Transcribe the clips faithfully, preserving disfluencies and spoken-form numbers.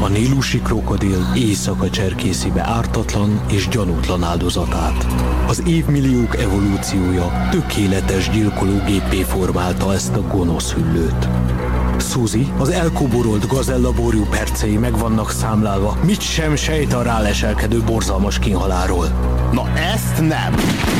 A nílusi krokodil éjszaka cserkészi be ártatlan és gyanútlan áldozatát. Az évmilliók evolúciója tökéletes gyilkológéppé formálta ezt a gonosz hüllőt. Suzy, az elkoborolt gazellaborjú percei meg vannak számlálva, mit sem sejt a ráleselkedő borzalmas kínhaláról. Na ezt nem!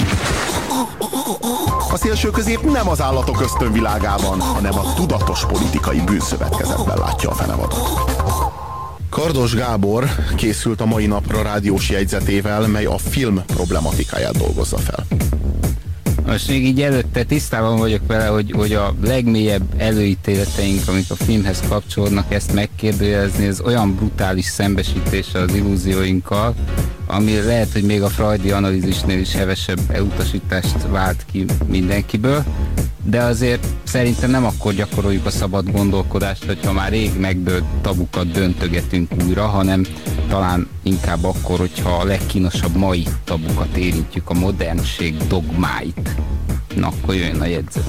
A szélső közép nem az állatok ösztönvilágában, hanem a tudatos politikai bűnszövetkezetben látja a fenevadot. Kardos Gábor készült a mai napra rádiós jegyzetével, mely a film problematikáját dolgozza fel. Most még így előtte tisztában vagyok vele, hogy, hogy a legmélyebb előítéleteink, amik a filmhez kapcsolódnak, ezt megkérdőjelezni, ez olyan brutális szembesítés az illúzióinkkal, ami lehet, hogy még a freudi analízisnél is hevesebb elutasítást vált ki mindenkiből, de azért szerintem nem akkor gyakoroljuk a szabad gondolkodást, hogyha már rég megdőlt tabukat döntögetünk újra, hanem talán inkább akkor, hogyha a legkínosabb mai tabukat érintjük, a modernség dogmáit. Na, akkor jön a jegyzet.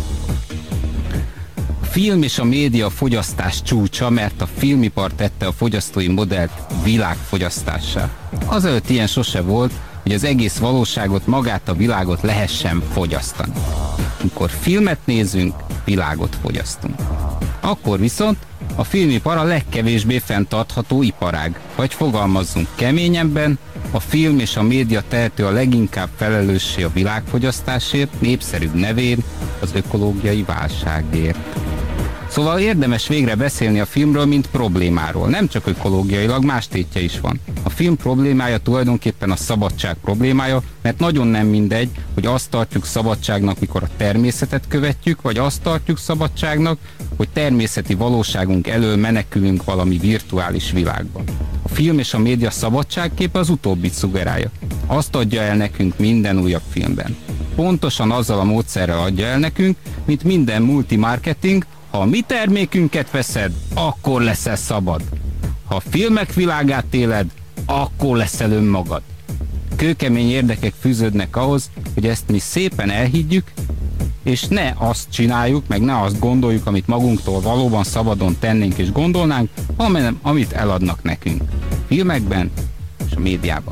A film és a média fogyasztás csúcsa, mert a filmipar tette a fogyasztói modellt világfogyasztássá. Azelőtt ilyen sose volt, hogy az egész valóságot, magát a világot lehessen fogyasztani. Amikor filmet nézünk, világot fogyasztunk. Akkor viszont a filmipar a legkevésbé fenntartható iparág. Vagy fogalmazzunk keményebben, a film és a média tehető a leginkább felelőssé a világfogyasztásért, népszerűbb nevén az ökológiai válságért. Szóval érdemes végre beszélni a filmről, mint problémáról. Nem csak ökológiailag, más tétje is van. A film problémája tulajdonképpen a szabadság problémája, mert nagyon nem mindegy, hogy azt tartjuk szabadságnak, mikor a természetet követjük, vagy azt tartjuk szabadságnak, hogy természeti valóságunk elől menekülünk valami virtuális világba. A film és a média szabadságképe az utóbbit szugerálja. Azt adja el nekünk minden újabb filmben. Pontosan azzal a módszerrel adja el nekünk, mint minden multimarketing. Ha a mi termékünket veszed, akkor leszel szabad. Ha a filmek világát éled, akkor leszel önmagad. Kőkemény érdekek fűződnek ahhoz, hogy ezt mi szépen elhiggyük, és ne azt csináljuk, meg ne azt gondoljuk, amit magunktól valóban szabadon tennénk és gondolnánk, hanem amit eladnak nekünk. Filmekben és a médiában.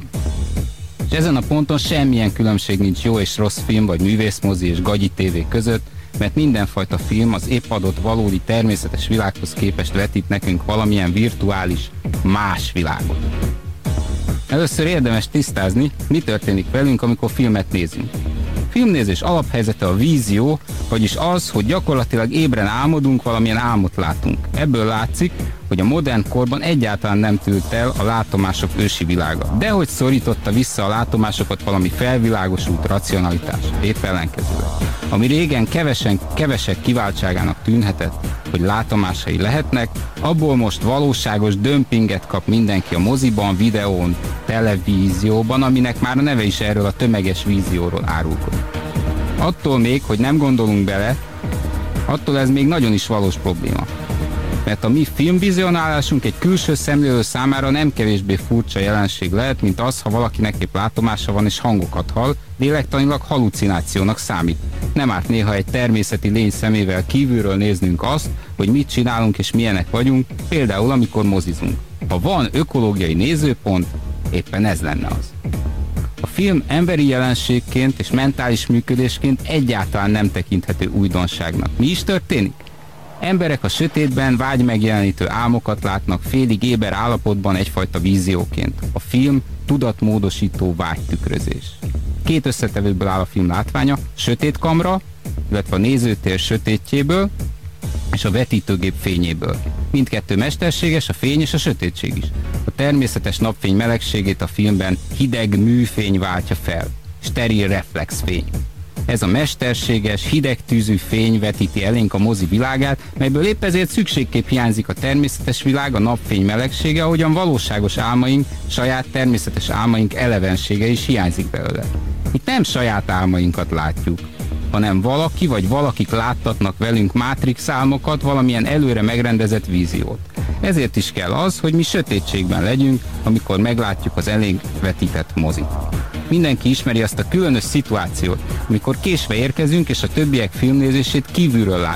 És ezen a ponton semmilyen különbség nincs jó és rossz film, vagy művészmozi és gagyi tévé között, mert mindenfajta film az épp adott valódi természetes világhoz képest vetít nekünk valamilyen virtuális, más világot. Először érdemes tisztázni, mi történik velünk, amikor filmet nézünk. A filmnézés alaphelyzete a vízió, vagyis az, hogy gyakorlatilag ébren álmodunk, valamilyen álmot látunk. Ebből látszik, hogy a modern korban egyáltalán nem tűnt el a látomások ősi világa. De hogy szorította vissza a látomásokat valami felvilágosult racionalitás, épp ellenkezőleg. Ami régen kevesen, kevesek kiváltságának tűnhetett, hogy látomásai lehetnek, abból most valóságos dömpinget kap mindenki a moziban, videón, televízióban, aminek már a neve is erről a tömeges vízióról árulkodik. Attól még, hogy nem gondolunk bele, attól ez még nagyon is valós probléma. Mert a mi filmvizionálásunk egy külső szemlélő számára nem kevésbé furcsa jelenség lehet, mint az, ha valakinek épp látomása van és hangokat hall, lélektanilag hallucinációnak számít. Nem árt néha egy természeti lény szemével kívülről néznünk azt, hogy mit csinálunk és milyenek vagyunk, például amikor mozizunk. Ha van ökológiai nézőpont, éppen ez lenne az. A film emberi jelenségként és mentális működésként egyáltalán nem tekinthető újdonságnak. Mi is történik? Emberek a sötétben vágymegjelenítő álmokat látnak félig éber állapotban egyfajta vízióként. A film tudatmódosító vágytükrözés. Két összetevőből áll a film látványa, sötét kamra, illetve a nézőtér sötétjéből és a vetítőgép fényéből. Mindkettő mesterséges, a fény és a sötétség is. A természetes napfény melegségét a filmben hideg műfény váltja fel, steril reflexfény. Ez a mesterséges, hidegtűzű fény vetíti elénk a mozi világát, melyből épp ezért szükségképp hiányzik a természetes világ, a napfény melegsége, ahogyan valóságos álmaink, saját természetes álmaink elevensége is hiányzik belőle. Itt nem saját álmainkat látjuk, hanem valaki vagy valakik láttatnak velünk Matrix álmokat, valamilyen előre megrendezett víziót. Ezért is kell az, hogy mi sötétségben legyünk, amikor meglátjuk az elénk vetített mozit. Mindenki ismeri azt a különös szituációt, amikor késve érkezünk és a többiek filmnézését kívülről látjuk,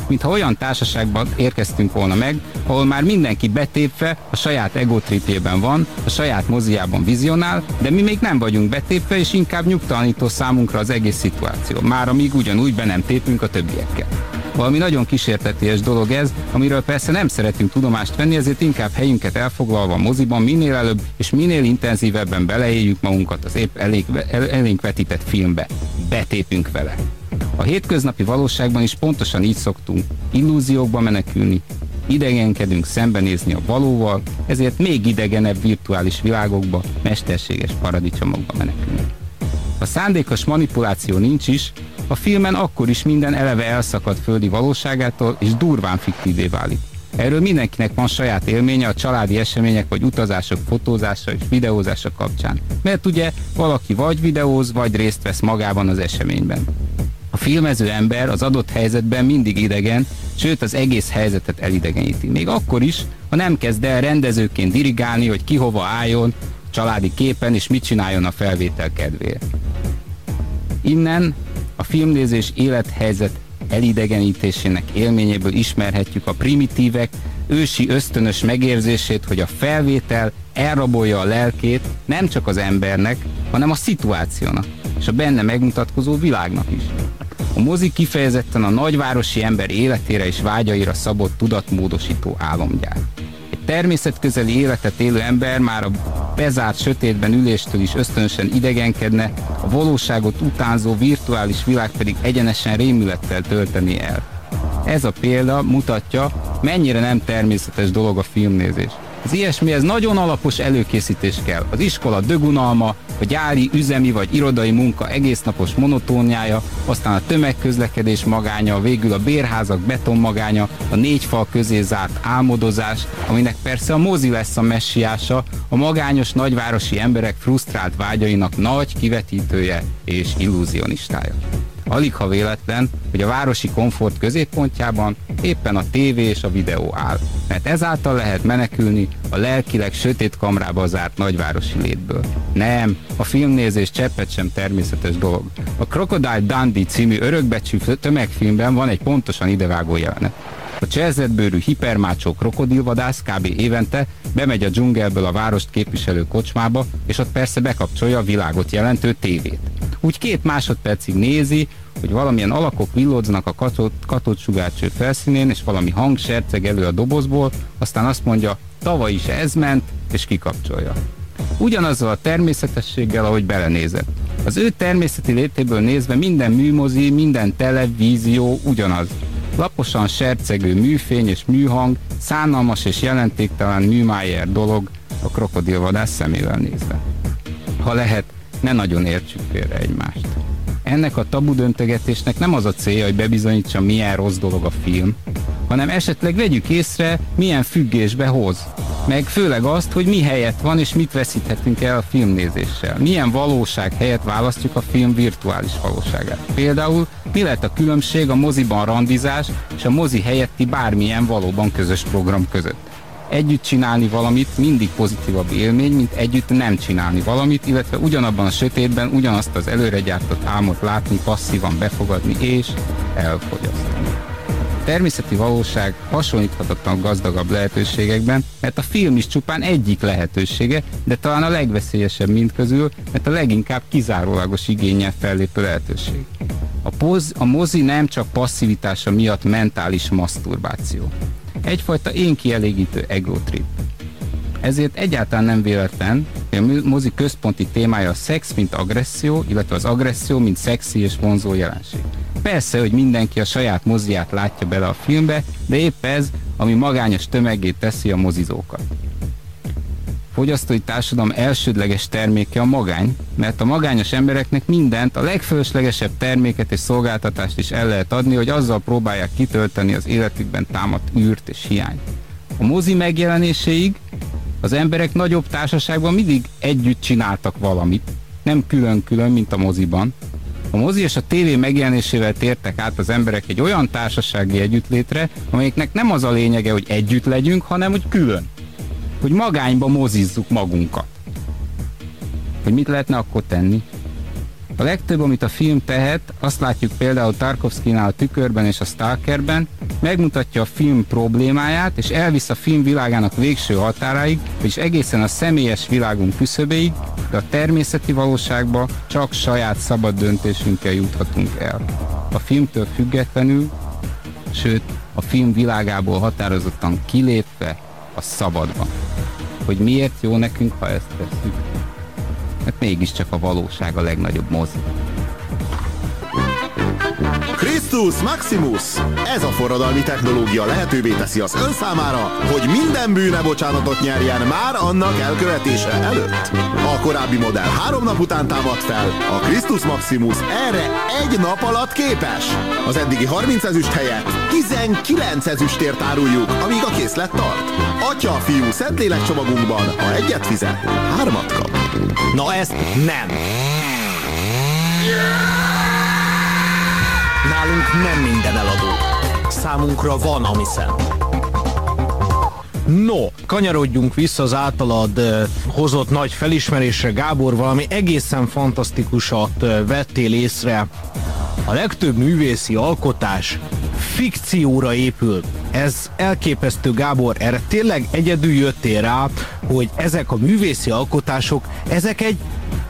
mintha olyan társaságban érkeztünk volna meg, ahol már mindenki betépve a saját egotripjében van, a saját moziában vizionál, de mi még nem vagyunk betépve, és inkább nyugtalanító számunkra az egész szituáció, már amíg ugyanúgy be nem tépünk a többiekkel. Valami nagyon kísérteties dolog ez, amiről persze nem szeretünk tudomást venni, ezért inkább helyünket elfoglalva a moziban minél előbb és minél intenzívebben beleéljük magunkat az épp elég, el, elénk vetített filmbe. Betépünk vele. A hétköznapi valóságban is pontosan így szoktunk illúziókba menekülni, idegenkedünk szembenézni a valóval, ezért még idegenebb virtuális világokba, mesterséges paradicsomokba menekülünk. Ha szándékos manipuláció nincs is, a filmen akkor is minden eleve elszakad földi valóságától és durván fiktívé válik. Erről mindenkinek van saját élménye a családi események vagy utazások fotózása és videózása kapcsán, mert ugye valaki vagy videóz, vagy részt vesz magában az eseményben. A filmező ember az adott helyzetben mindig idegen, sőt az egész helyzetet elidegeníti. Még akkor is, ha nem kezd el rendezőként dirigálni, hogy ki hova álljon családi képen és mit csináljon a felvétel kedvéért. Innen a filmnézés élethelyzet elidegenítésének élményéből ismerhetjük a primitívek ősi ösztönös megérzését, hogy a felvétel elrabolja a lelkét nem csak az embernek, hanem a szituációnak, és a benne megmutatkozó világnak is. A mozi kifejezetten a nagyvárosi ember életére és vágyaira szabott tudatmódosító álomgyár. Egy természetközeli életet élő ember már a bezárt sötétben üléstől is ösztönösen idegenkedne, a valóságot utánzó virtuális világ pedig egyenesen rémülettel tölteni el. Ez a példa mutatja, mennyire nem természetes dolog a filmnézés. Az ilyesmihez nagyon alapos előkészítés kell. Az iskola dögunalma, a gyári, üzemi vagy irodai munka egésznapos monotóniája, aztán a tömegközlekedés magánya, végül a bérházak betonmagánya, a négy fal közé zárt álmodozás, aminek persze a mozi lesz a messiása, a magányos nagyvárosi emberek frusztrált vágyainak nagy kivetítője és illúzionistája. Alig ha véletlen, hogy a városi komfort középpontjában éppen a tévé és a videó áll, mert ezáltal lehet menekülni a lelkileg sötét kamrába zárt nagyvárosi létből. Nem, a filmnézés cseppet sem természetes dolog. A Crocodile Dundee című örökbecsű tömegfilmben van egy pontosan idevágó jelenet. A cserzetbőrű hipermácsó krokodilvadász kb. Évente bemegy a dzsungelből a várost képviselő kocsmába, és ott persze bekapcsolja a világot jelentő tévét. Úgy két másodpercig nézi, hogy valamilyen alakok villódznak a katód, katódsugárcső felszínén, és valami hang serceg elő a dobozból, aztán azt mondja, tavaly is ez ment, és kikapcsolja. Ugyanazzal a természetességgel, ahogy belenézett. Az ő természeti létéből nézve minden műmozi, minden televízió ugyanaz. Laposan sercegő műfény és műhang, szánalmas és jelentéktelen műmájer dolog a krokodilvadász szemével nézve. Ha lehet, ne nagyon értsük félre egymást. Ennek a tabudöntögetésnek nem az a célja, hogy bebizonyítsa, milyen rossz dolog a film, hanem esetleg vegyük észre, milyen függésbe hoz. Meg főleg azt, hogy mi helyett van és mit veszíthetünk el a filmnézéssel. Milyen valóság helyett választjuk a film virtuális valóságát. Például mi lett a különbség a moziban randizás és a mozi helyetti bármilyen valóban közös program között. Együtt csinálni valamit mindig pozitívabb élmény, mint együtt nem csinálni valamit, illetve ugyanabban a sötétben ugyanazt az előre gyártott álmot látni, passzívan befogadni és elfogyasztani. A természeti valóság hasonlíthatatlan gazdagabb lehetőségekben, mert a film is csupán egyik lehetősége, de talán a legveszélyesebb mindközül, mert a leginkább kizárólagos igénnyel fellépő lehetőség. A, poz, a mozi nem csak passzivitása miatt mentális maszturbáció. Egyfajta énkielégítő egotrip. Ezért egyáltalán nem véletlen, hogy a mozi központi témája a szex, mint agresszió, illetve az agresszió, mint szexi és vonzó jelenség. Persze, hogy mindenki a saját moziát látja bele a filmbe, de épp ez, ami magányos tömegét teszi a mozizókat. A fogyasztói társadalom elsődleges terméke a magány, mert a magányos embereknek mindent, a legfölöslegesebb terméket és szolgáltatást is el lehet adni, hogy azzal próbálják kitölteni az életükben támadt űrt és hiányt. A mozi megjelenéséig az emberek nagyobb társaságban mindig együtt csináltak valamit, nem külön-külön, mint a moziban. A mozi és a tévé megjelenésével tértek át az emberek egy olyan társasági együttlétre, amelyiknek nem az a lényege, hogy együtt legyünk, hanem hogy külön. Hogy magányba mozizzuk magunkat. Hogy mit lehetne akkor tenni? A legtöbb, amit a film tehet, azt látjuk például Tarkovszkijnál a Tükörben és a Stalkerben, megmutatja a film problémáját, és elvisz a film világának végső határáig, és egészen a személyes világunk küszöbéig, de a természeti valóságba csak saját szabad döntésünkkel juthatunk el. A filmtől függetlenül, sőt, a film világából határozottan kilépve a szabadba. Hogy miért jó nekünk, ha ezt tesszük? Mert mégiscsak a valóság a legnagyobb mozi. Christus Maximus! Ez a forradalmi technológia lehetővé teszi az ön számára, hogy minden bűne bocsánatot nyerjen már annak elkövetése előtt. A korábbi modell három nap után támad fel, a Christus Maximus erre egy nap alatt képes. Az eddigi harminc ezüst helyett tizenkilenc ezüstért áruljuk, amíg a készlet tart. Atya, fiú, Szentlélek csomagunkban, ha egyet fizet, hármat kap. Na ezt nem! Nálunk nem minden eladó. Számunkra van, ami szent. No, kanyarodjunk vissza az általad uh, hozott nagy felismerésre, Gábor, valami egészen fantasztikusat uh, vettél észre. A legtöbb művészi alkotás fikcióra épül. Ez elképesztő, Gábor, erre tényleg egyedül jöttél rá, hogy ezek a művészi alkotások, ezek egy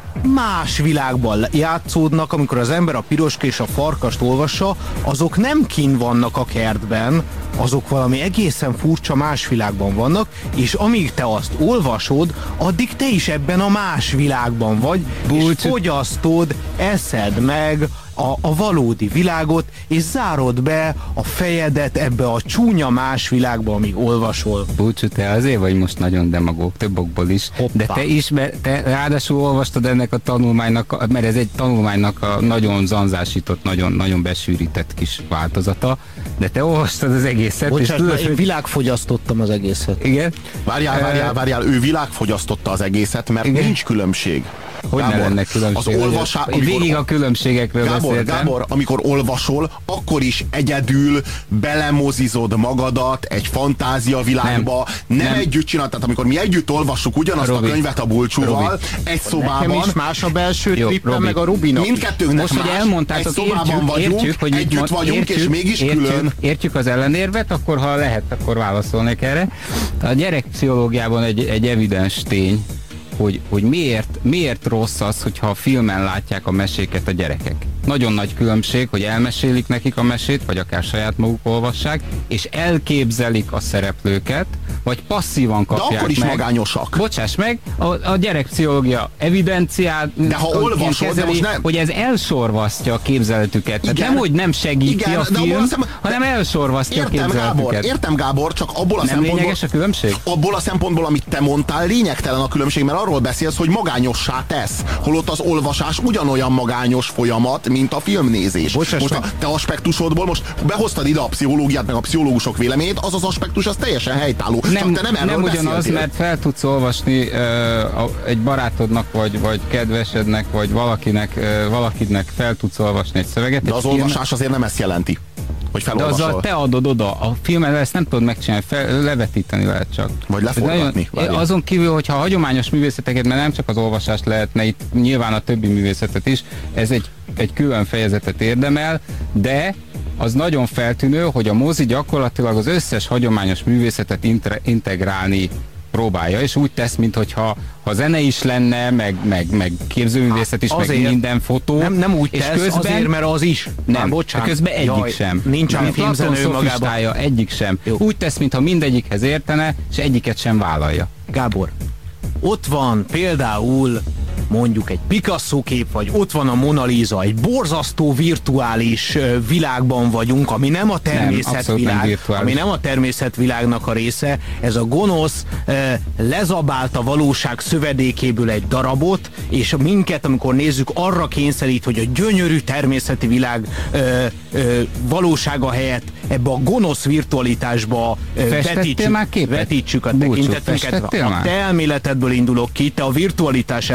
más világban játszódnak, amikor az ember a Piroska és a Farkast olvassa, azok nem kint vannak a kertben, azok valami egészen furcsa más világban vannak, és amíg te azt olvasod, addig te is ebben a más világban vagy, Búcs. és fogyasztod, eszed meg a, a valódi világot, és zárod be a fejedet ebbe a csúnya más világba, amíg olvasol. Búcsú, te azért vagy most nagyon demagóg, több okból is. Hoppá. De te is, te ráadásul olvastad ennek a tanulmánynak, mert ez egy tanulmánynak a nagyon zanzásított, nagyon, nagyon besűrített kis változata, de te olvastad az egészet. Bocsás, és tudod, én világfogyasztottam az egészet. Igen? Várjál, várjál, várjál, ő világfogyasztotta az egészet, mert igen? nincs különbség. Hogy Gábor, ne lenne különbség? Az olvasá... amikor... Végig a különbségekről Gábor, beszéltem. Gábor, amikor olvasol, akkor is egyedül belemozizod magadat egy fantázia világba, nem, nem, nem. együtt csinál, tehát amikor mi együtt olvassuk ugyanazt Robi. a könyvet a Bulcsúval, Robi. egy szobában. Nekem is más a belső trippem, meg a Rubinak. Mindkettőnknek most, más, hogy elmondtátok, egy szobában értjük, vagyunk, értjük, hogy együtt mond, vagyunk, értjük, és mégis értjük, külön. Értjük az ellenérvet, akkor ha lehet, akkor válaszolnék erre. A gyerekpszichológiában egy, egy evidens tény, hogy, hogy miért, miért rossz az, hogyha a filmen látják a meséket a gyerekek. Nagyon nagy különbség, hogy elmesélik nekik a mesét, vagy akár saját maguk olvassák, és elképzelik a szereplőket, vagy passzívan kapják meg. De akkor is meg. magányosak. Bocsáss meg, a, a gyerekpszichológia evidenciát de ha olvasod, kezeli, de most nem. hogy ez elsorvasztja a képzeletüket. Tehát nem, hogy nem segíti igen, a film, szem... hanem elsorvasztja értem, a képzeletüket. Gábor, értem, Gábor, csak abból a nem szempontból... lényeges a különbség? Abból a szempontból, amit te mondtál, lényegtelen a különbség, mert arról beszélsz, hogy magányossá tesz. Holott az olvasás ugyanolyan magányos folyamat, mint a filmnézés. Bocsáss most a te aspektusodból, most behoztad ide a pszichológiát, meg a pszichológusok véleményét, az az aspektus, az teljesen helytálló. Nem, Csak te nem, nem ugyanaz, beszéltél. Mert fel tudsz olvasni uh, a, egy barátodnak, vagy, vagy kedvesednek, vagy valakinek, uh, valakinek fel tudsz olvasni egy szöveget. De egy az film... olvasás azért nem ezt jelenti, hogy felolvasol. De azzal te adod oda. A filmet ezt nem tudod megcsinálni, fel, levetíteni lehet csak. Vagy leforgatni. Nagyon, azon kívül, hogyha a hagyományos művészeteket, mert nem csak az olvasást lehetne, itt nyilván a többi művészetet is, ez egy, egy külön fejezetet érdemel, de az nagyon feltűnő, hogy a mozi gyakorlatilag az összes hagyományos művészetet integrálni próbálja, és úgy tesz, mintha ha zene is lenne, meg, meg, meg képzőművészet is, azért, meg minden fotó. Nem, nem úgy és tesz, közben, azért, mert az is. Nem, bocsánat. Közben egyik Jaj, sem. Nincs a filmzenő magában. Egyik sem. Jó. Úgy tesz, mintha mindegyikhez értene, és egyiket sem vállalja. Gábor, ott van például mondjuk egy Picasso kép, vagy ott van a Mona Lisa, egy borzasztó virtuális világban vagyunk, ami nem a természetvilág, nem, ami nem a természetvilágnak a része. Ez a gonosz eh, lezabált a valóság szövedékéből egy darabot, és minket, amikor nézzük, arra kényszerít, hogy a gyönyörű természeti világ eh, eh, valósága helyett ebbe a gonosz virtualitásba eh, vetítsük, vetítsük a tekintetünket. A te elméletedből indulok ki, te a virtualitás ellen harcolsz,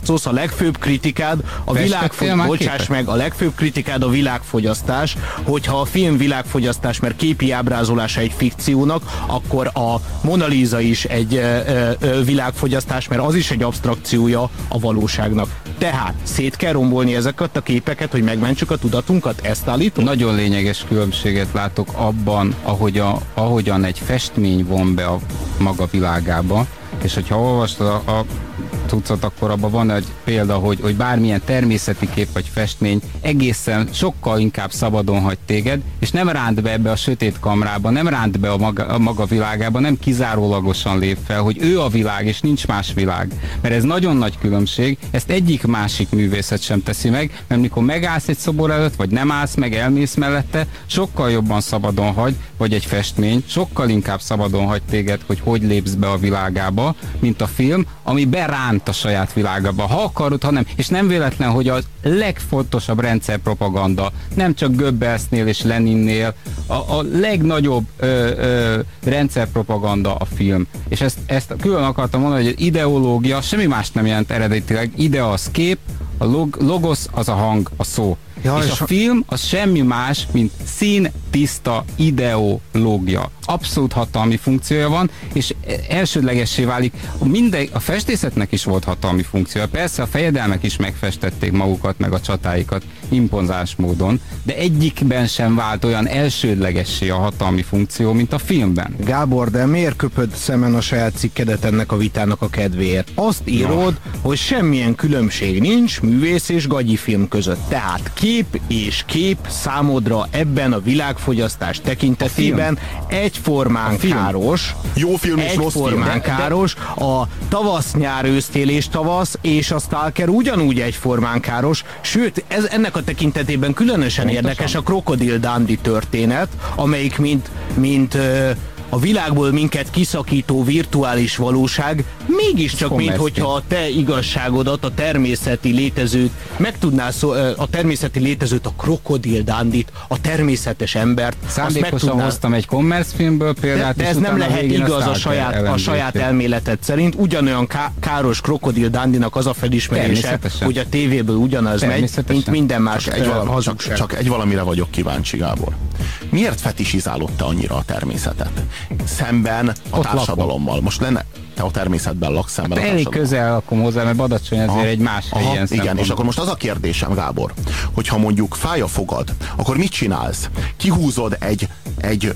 harcolsz, a legfőbb kritikád a világfogyasztás, bocsáss meg, a legfőbb kritikád a világfogyasztás, hogyha a film világfogyasztás, mert képi ábrázolása egy fikciónak, akkor a Mona Lisa is egy ö, ö, világfogyasztás, mert az is egy abstrakciója a valóságnak. Tehát szét kell rombolni ezeket a képeket, hogy megmentsük a tudatunkat? Ezt állítom? Nagyon lényeges különbséget látok abban, ahogy a, ahogyan egy festmény von be a maga világába, és hogyha olvastad a, a cuccot, akkor abban van egy példa, hogy, hogy bármilyen természeti kép vagy festmény egészen sokkal inkább szabadon hagy téged, és nem ránt be ebbe a sötét kamrába, nem ránt be a maga, a maga világába, nem kizárólagosan lép fel, hogy ő a világ, és nincs más világ. Mert ez nagyon nagy különbség, ezt egyik másik művészet sem teszi meg, mert mikor megállsz egy szobor előtt, vagy nem állsz meg, elmész mellette, sokkal jobban szabadon hagy, vagy egy festmény, sokkal inkább szabadon hagy téged, hogy hogy lépsz be a világába, mint a film, ami beránt a saját világába, ha akarod, ha nem. És nem véletlen, hogy a legfontosabb rendszerpropaganda, nem csak Goebbelsnél és Leninnél, a, a legnagyobb ö, ö, rendszerpropaganda a film. És ezt, ezt külön akartam mondani, hogy az ideológia semmi más nem jelent eredetileg. Ide az kép, a log, logosz az a hang, a szó. Ja, és, és a film az semmi más, mint szín tiszta ideológia. Abszolút hatalmi funkciója van, és elsődlegessé válik. Minden, a festészetnek is volt hatalmi funkciója. Persze a fejedelmek is megfestették magukat, meg a csatáikat imponzáns módon, de egyikben sem vált olyan elsődlegessé a hatalmi funkció, mint a filmben. Gábor, de miért köpöd szemen a saját cikkedet ennek a vitának a kedvéért? Azt írod, no. hogy semmilyen különbség nincs művész és gagyi film között. Tehát kép és kép számodra ebben a világfogyasztás tekintetében egyformán káros. Jó film és rossz film. Egyformán káros. A tavasz, nyár, ősztél és tavasz és a Stalker ugyanúgy egyformán káros. Sőt, ez ennek a tekintetében különösen Pontosan. érdekes a Krokodil Dundee történet, amelyik mint, mint ö, a világból minket kiszakító virtuális valóság mégiscsak, mint hogyha a te igazságodat, a természeti létezőt meg tudnál szó, a természeti létezőt, a Krokodil Dundee-t, a természet embert. Szándékosan tudnál... hoztam egy commerce filmből példát, de, de ez nem lehet igaz a, a saját, a saját elméleted szerint. Ugyanolyan ká káros Krokodil Dundee-nak az a felismerése, hogy a tévéből ugyanaz megy, mint minden más csak egy, valami, csak, csak egy valamire vagyok kíváncsi, Gábor. Miért fetisizálod te annyira a természetet? Szemben a Ott társadalommal. Lakom. Most lenne, te a természetben laksz szemben hát a elég közel lakom hozzá, mert Badacsony azért aha, egy más aha, ilyen igen, és akkor most az a kérdésem, Gábor, hogyha mondjuk fáj a fogad, akkor mit csinálsz? Kihúzod egy, egy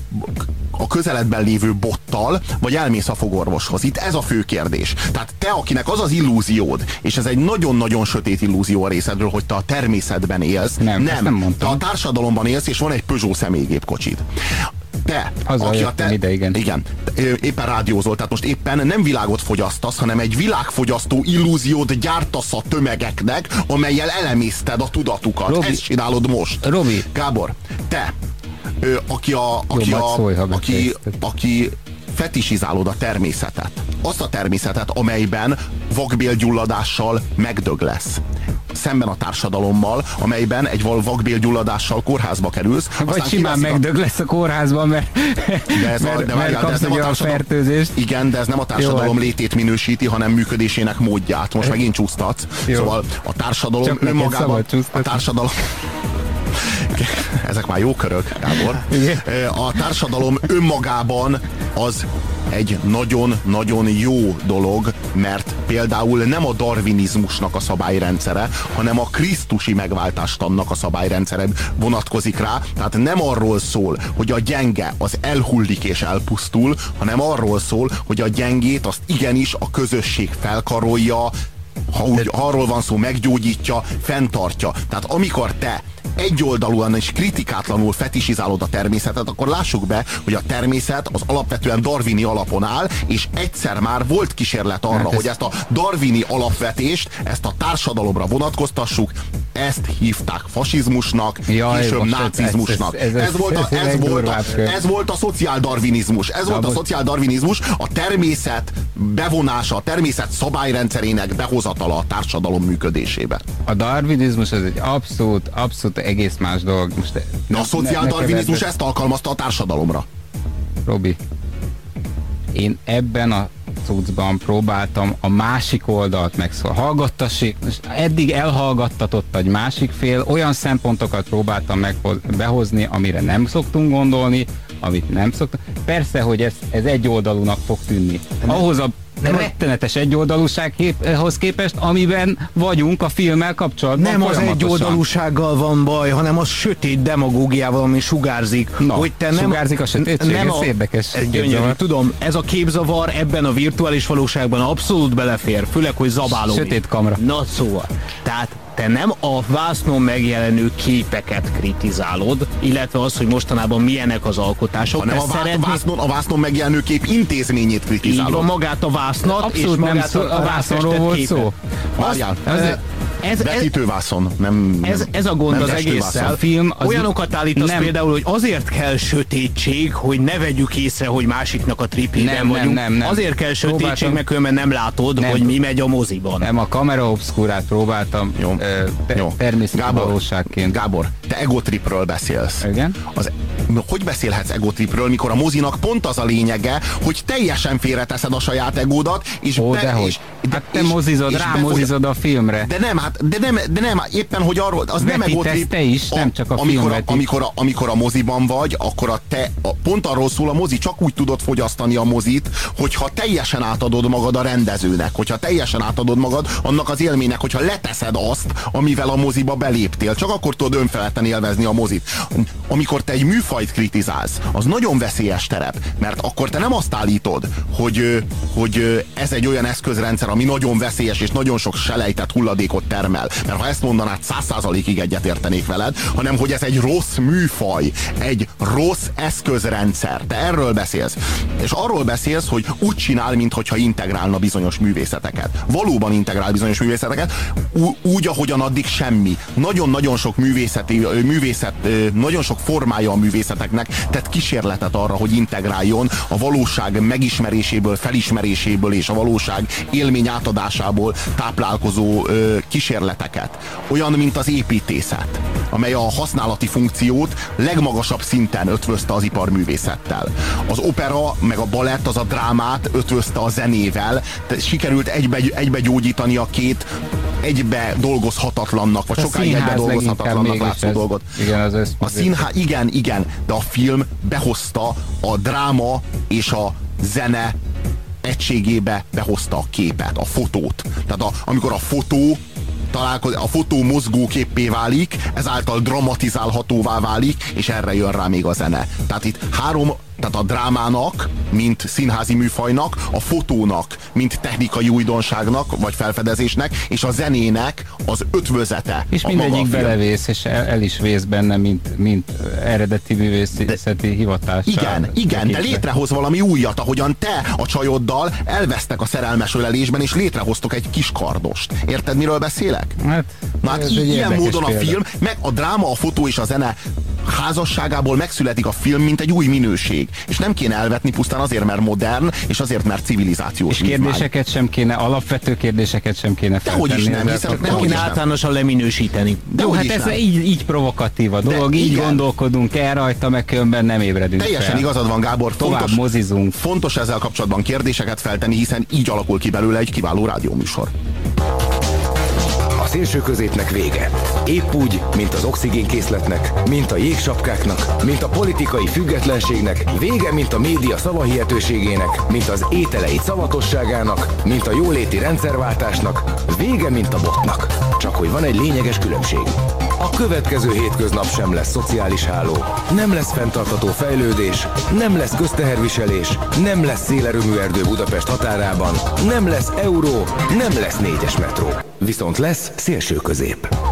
a közeledben lévő bottal, vagy elmész a fogorvoshoz? Itt ez a fő kérdés. Tehát te, akinek az az illúziód, és ez egy nagyon-nagyon sötét illúzió a részedről, hogy te a természetben élsz, nem, nem, nem te a társadalomban élsz, és van egy Peugeot személygépkocsid. Te, Azzal aki a te, ide, igen. igen, éppen rádiózol, tehát most éppen nem világot fogyasztasz, hanem egy világfogyasztó illúziót gyártasz a tömegeknek, amellyel elemészted a tudatukat. Robi, ezt csinálod most. Robi. Gábor, te, ö, aki a, aki, Jó, a, szólj, aki, aki fetisizálod a természetet. Azt a természetet, amelyben vakbélgyulladással megdög lesz. Szemben a társadalommal, amelyben egy vakbélgyulladással kórházba kerülsz. Vagy simán megdög lesz a kórházban, mert, de ez mert, a, de mert kapsz egy olyan fertőzést. Igen, de ez nem a társadalom Jó, létét minősíti, hanem működésének módját. Most megint csúsztatsz. Jó. Szóval a társadalom Csak önmagában... A társadalom... Ezek már jó körök, Gábor. A társadalom önmagában az egy nagyon-nagyon jó dolog, mert például nem a darwinizmusnak a szabályrendszere, hanem a krisztusi megváltástannak a szabályrendszere vonatkozik rá. Tehát nem arról szól, hogy a gyenge az elhullik és elpusztul, hanem arról szól, hogy a gyengét azt igenis a közösség felkarolja, ha, úgy, ha arról van szó, meggyógyítja, fenntartja. Tehát amikor te egyoldalúan és kritikátlanul fetisizálod a természetet, akkor lássuk be, hogy a természet az alapvetően darwini alapon áll, és egyszer már volt kísérlet arra, hát hogy ezt a darwini alapvetést, ezt a társadalomra vonatkoztassuk, ezt hívták fasizmusnak, Jaj, később nácizmusnak. Ez, ez, ez, ez, volt a, ez, volt a, ez volt a szociáldarwinizmus. Ez volt a szociáldarwinizmus, a természet bevonása, a természet szabályrendszerének behozatala a társadalom működésébe. A darwinizmus ez egy abszolút, abszolút egész más dolog. Most de ne, a szociáldarwinizmus ezt alkalmazta a társadalomra. Robi, én ebben a cuccban próbáltam a másik oldalt meghallgattassék. Eddig elhallgattatott egy másik fél, olyan szempontokat próbáltam meghoz, behozni, amire nem szoktunk gondolni, amit nem szoktunk. Persze, hogy ez, ez egyoldalúnak fog tűnni. Ahhoz a nem rettenetes egyoldalúsághoz képest, amiben vagyunk a filmmel kapcsolatban. Nem az egyoldalúsággal van baj, hanem az sötét demagógiával, ami sugárzik. Na, hogy te nem, sugárzik a sötétség, nem ez a, érdekes. Ez gyönyörű, tudom, ez a képzavar ebben a virtuális valóságban abszolút belefér, főleg, hogy zabáló. Sötét kamra. Na szóval, tehát te nem a vásznon megjelenő képeket kritizálod, illetve az, hogy mostanában milyenek az alkotások. Hanem a, vá- szeretnéd... vásznon, a vásznon megjelenő kép intézményét kritizálod. Így van, magát a vásznat, abszolút és nem magát szó, a vászonról volt képet. Szó. Várjál. Ez, ez, Vetítővászon, nem, ez, ez a gond az egésszel. Film az olyanokat állítasz nem. például, hogy azért kell sötétség, hogy ne vegyük észre, hogy másiknak a tripében nem, vagyunk. Nem, nem, nem. Azért kell sötétség, Próbáltam... mert különben nem látod, nem. hogy mi megy a moziban. Nem, a kamera obszkurát próbáltam Jó. Ö, te, Jó. természeti Gábor, valóságként. Gábor, te egotripről beszélsz. Igen? Az, hogy beszélhetsz egotripről, mikor a mozinak pont az a lényege, hogy teljesen félreteszed a saját egódat, és Ó, be, dehogy. és, de, Hát te és, mozizod, és rámozizod a filmre. De nem, hát, de nem, de nem, éppen, hogy arról, az nem egotrip. te is, a, nem csak a amikor, film a, amikor, a, amikor a moziban vagy, akkor a te, a, pont arról szól a mozi, csak úgy tudod fogyasztani a mozit, hogyha teljesen átadod magad a rendezőnek, hogyha teljesen átadod magad annak az élménynek, hogyha leteszed azt, amivel a moziba beléptél. Csak akkor tudod önfeledten élvezni a mozit. Amikor te egy műfajt kritizálsz, az nagyon veszélyes terep, mert akkor te nem azt állítod, hogy, hogy ez egy olyan eszközrendszer, ami nagyon veszélyes és nagyon sok selejtett hulladékot termel. Mert ha ezt mondanád, száz százalékig egyetértenék veled, hanem hogy ez egy rossz műfaj, egy rossz eszközrendszer. Te erről beszélsz. És arról beszélsz, hogy úgy csinál, mintha integrálna bizonyos művészeteket. Valóban integrál bizonyos művészeteket, úgy, ahogyan addig semmi. Nagyon-nagyon sok művészeti, művészet, nagyon sok formája a művészeteknek tett kísérletet arra, hogy integráljon a valóság megismeréséből, felismeréséből és a valóság élmény átadásából táplálkozó kísérleteket. Olyan, mint az építészet, amely a használati funkciót legmagasabb szinten ötvözte az iparművészettel. Az opera, meg a balett, az a drámát ötvözte a zenével, sikerült egybe, egybe gyógyítani a két egybe dolgozhatatlannak, vagy sokáig egybe dolgozhatatlannak látszó ez, dolgot. Igen, az a színház, igen, igen, de a film behozta a dráma és a zene egységébe behozta a képet, a fotót. Tehát a, amikor a fotó találkozik, a fotó mozgóképpé válik, ezáltal dramatizálhatóvá válik, és erre jön rá még a zene. Tehát itt három, tehát a drámának, mint színházi műfajnak, a fotónak, mint technikai újdonságnak, vagy felfedezésnek, és a zenének az ötvözete. És mindegyik belevész, és el, el is vész benne, mint, mint eredeti művészeti hivatással. Igen, igen, de létrehoz valami újat, ahogyan te a csajoddal elvesztek a szerelmes ölelésben, és létrehoztok egy kis kardost. Érted, miről beszélek? Hát, Na hát í- ilyen módon a példa. Film, meg a dráma, a fotó és a zene házasságából megszületik a film, mint egy új minőség. És nem kéne elvetni pusztán azért, mert modern, és azért, mert civilizációs. És kérdéseket sem kéne, alapvető kérdéseket sem kéne feltenni. Dehogy is nem, hiszen nem kéne általánosan leminősíteni. De jó, hát ez így, így provokatív a dolog, így igen. Gondolkodunk el rajta, meg különben nem ébredünk Teljesen fel. igazad van, Gábor. Tovább fontos, mozizunk. Fontos ezzel kapcsolatban kérdéseket feltenni, hiszen így alakul ki belőle egy kiváló rádióműsor. A szélső középnek vége. Épp úgy, mint az oxigénkészletnek, mint a jégsapkáknak, mint a politikai függetlenségnek, vége, mint a média szavahihetőségének, mint az ételei szavatosságának, mint a jóléti rendszerváltásnak, vége, mint a botnak. Csak hogy van egy lényeges különbség. A következő hétköznap sem lesz szociális háló, nem lesz fenntartható fejlődés, nem lesz közteherviselés, nem lesz szélerőmű erdő Budapest határában, nem lesz euró, nem lesz négyes metró. Viszont lesz szélső közép.